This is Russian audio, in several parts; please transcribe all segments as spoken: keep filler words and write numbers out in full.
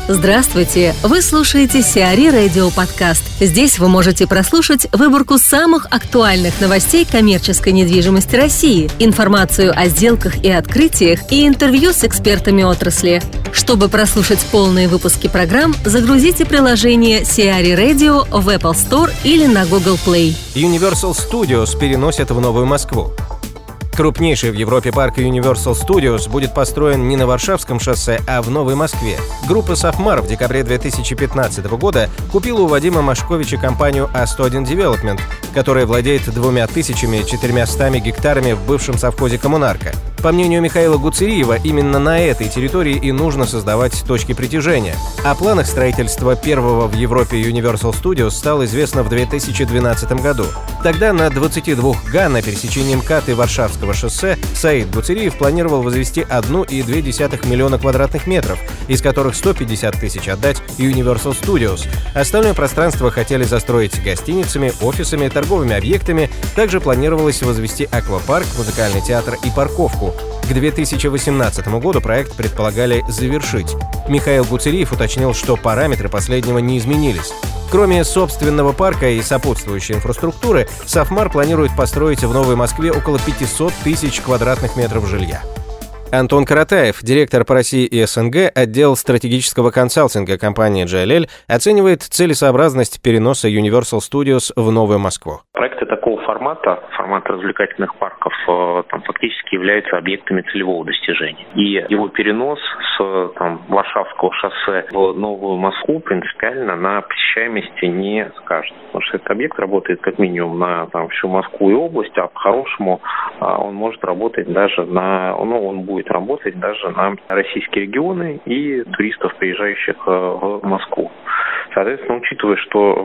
Здравствуйте! Вы слушаете Сиари Радио Подкаст. Здесь вы можете прослушать выборку самых актуальных новостей коммерческой недвижимости России, информацию о сделках и открытиях и интервью с экспертами отрасли. Чтобы прослушать полные выпуски программ, загрузите приложение Сиари Radio в Apple Store или на Google Play. Universal Studios переносят в Новую Москву. Крупнейший в Европе парк Universal Studios будет построен не на Варшавском шоссе, а в Новой Москве. Группа «Софмар» в декабре две тысячи пятнадцатого года купила у Вадима Машковича компанию а сто один Development, которая владеет двумя тысячами четырьмястами гектарами в бывшем совхозе «Коммунарка». По мнению Михаила Гуцериева, именно на этой территории и нужно создавать точки притяжения. О планах строительства первого в Европе Universal Studios стало известно в две тысячи двенадцатом году. Тогда на двадцати двух га на пересечении МКАД и Варшавского шоссе Саид Гуцериев планировал возвести одна целая две десятых миллиона квадратных метров, из которых сто пятьдесят тысяч отдать Universal Studios. Остальное пространство хотели застроить гостиницами, офисами, торговыми объектами. Также планировалось возвести аквапарк, музыкальный театр и парковку. К две тысячи восемнадцатому году проект предполагали завершить. Михаил Гуцериев уточнил, что параметры последнего не изменились. Кроме собственного парка и сопутствующей инфраструктуры, «Софмар» планирует построить в Новой Москве около пятьсот тысяч квадратных метров жилья. Антон Каратаев, директор по России и СНГ, отдел стратегического консалтинга компании джей эл эль, оценивает целесообразность переноса Universal Studios в Новую Москву. Проекты такого формата, формат развлекательных парков, там фактически являются объектами целевого достижения. И его перенос с там, Варшавского шоссе в Новую Москву принципиально на посещаемости не скажет. Потому что этот объект работает как минимум на там, всю Москву и область, а по-хорошему он может работать даже на... Ну, он будет работать даже на российские регионы и туристов, приезжающих в Москву. Соответственно, учитывая, что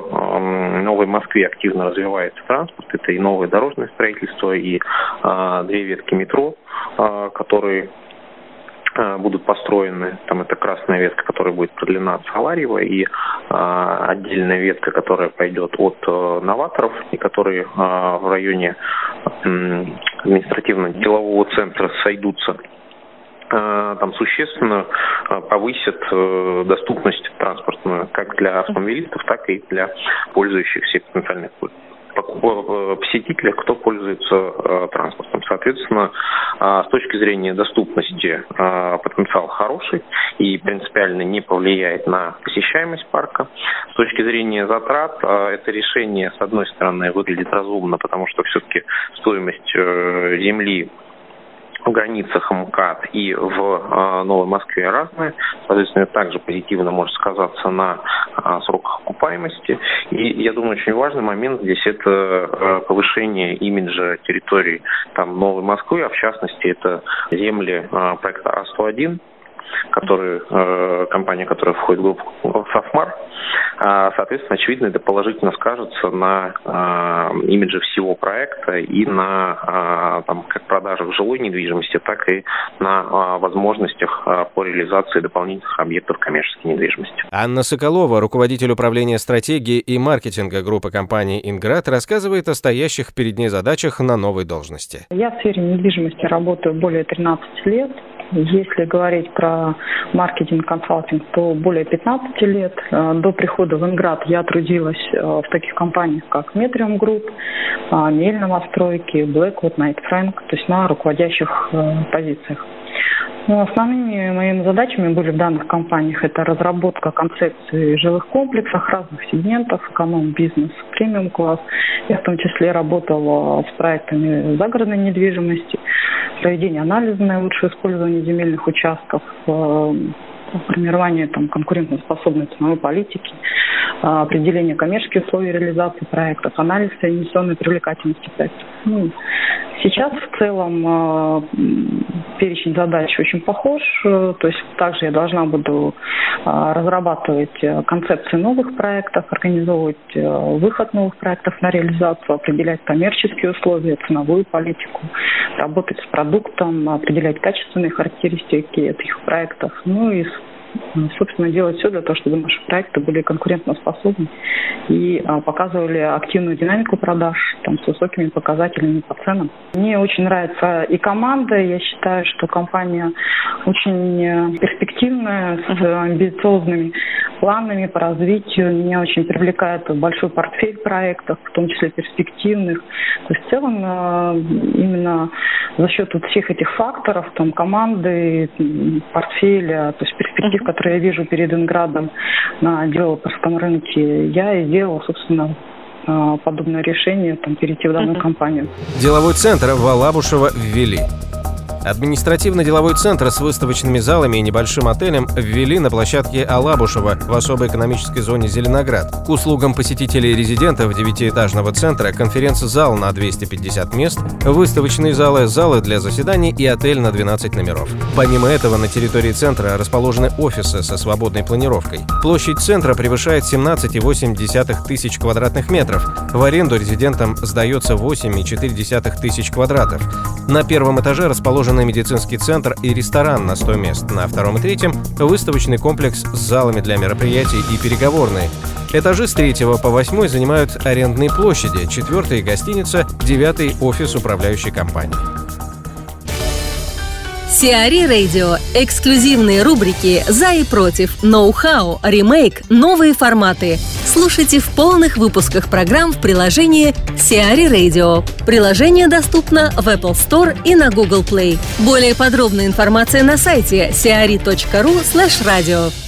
в Новой Москве активно развивается транспорт, это и новое дорожное строительство, и две ветки метро, которые будут построены. Там это красная ветка, которая будет продлена от Саларьева, и а, отдельная ветка, которая пойдет от а, новаторов, и которые а, в районе м, административно-делового центра сойдутся. А, там существенно а, повысит а, доступность транспортную как для автомобилистов, так и для пользующихся потенциальных посетителей, кто пользуется э, транспортом. Соответственно, э, с точки зрения доступности э, потенциал хороший и принципиально не повлияет на посещаемость парка. С точки зрения затрат, э, это решение, с одной стороны, выглядит разумно, потому что все-таки стоимость э, земли в границах МКАД и в э, Новой Москве разные. Соответственно, это также позитивно может сказаться на э, сроках окупаемости. И я думаю, очень важный момент здесь это э, повышение имиджа территории там, Новой Москвы, а в частности это земли э, проекта а сто один, который, э, компания, которая входит в группу «Софмар». А, соответственно, очевидно, это положительно скажется на а, имидже всего проекта и на а, там, как продажах жилой недвижимости, так и на а, возможностях а, по реализации дополнительных объектов коммерческой недвижимости. Анна Соколова, руководитель управления стратегии и маркетинга группы компании «Инград», рассказывает о стоящих перед ней задачах на новой должности. Я в сфере недвижимости работаю более тринадцати лет. Если говорить про маркетинг-консалтинг, то более пятнадцати лет. До прихода в Инград я трудилась в таких компаниях, как Метриум Групп, Мель новостройки, Blackwood, Knight Frank, то есть на руководящих позициях. Но основными моими задачами были в данных компаниях это разработка концепции жилых комплексов разных сегментов, эконом-бизнес, премиум-класс. Я в том числе работала с проектами загородной недвижимости, проведение анализа на лучшее использование земельных участков, формирование там, конкурентоспособной ценовой политики, определение коммерческих условий реализации проектов, анализ инвестиционной привлекательности проектов. Ну, сейчас в целом перечень задач очень похож, то есть также я должна буду разрабатывать концепции новых проектов, организовывать выход новых проектов на реализацию, определять коммерческие условия, ценовую политику, работать с продуктом, определять качественные характеристики этих проектов, ну и собственно, делать все для того, чтобы наши проекты были конкурентоспособны и показывали активную динамику продаж, там, с высокими показателями по ценам. Мне очень нравится и команда. Я считаю, что компания очень перспективная, с амбициозными планами по развитию. Меня очень привлекает большой портфель проектов, в том числе перспективных. То есть в целом именно за счет вот всех этих факторов, там, команды, портфеля, то есть перспектив, которые я вижу перед Инградом на девелоперском рынке, я и сделала, собственно, подобное решение, там, перейти в данную компанию. Деловой центр в Алабушево ввели. Административно-деловой центр с выставочными залами и небольшим отелем ввели на площадке Алабушева в особой экономической зоне Зеленоград. К услугам посетителей и резидентов девятиэтажного центра конференц-зал на двести пятьдесят мест, выставочные залы, залы для заседаний и отель на двенадцать номеров. Помимо этого, на территории центра расположены офисы со свободной планировкой. Площадь центра превышает семнадцать целых восемь десятых тысяч квадратных метров. В аренду резидентам сдается восемь целых четыре десятых тысяч квадратов. На первом этаже расположены медицинский центр и ресторан на сто мест. На втором и третьем – выставочный комплекс с залами для мероприятий и переговорные. Этажи с третьего по восьмой занимают арендные площади, четвертый – гостиница, девятый – офис управляющей компании. Сиари Radio. Эксклюзивные рубрики «За и против», «Ноу-хау», «Ремейк», «Новые форматы». Слушайте в полных выпусках программ в приложении Сиари Radio. Приложение доступно в Apple Store и на Google Play. Более подробная информация на сайте сиари точка ру слэш радио.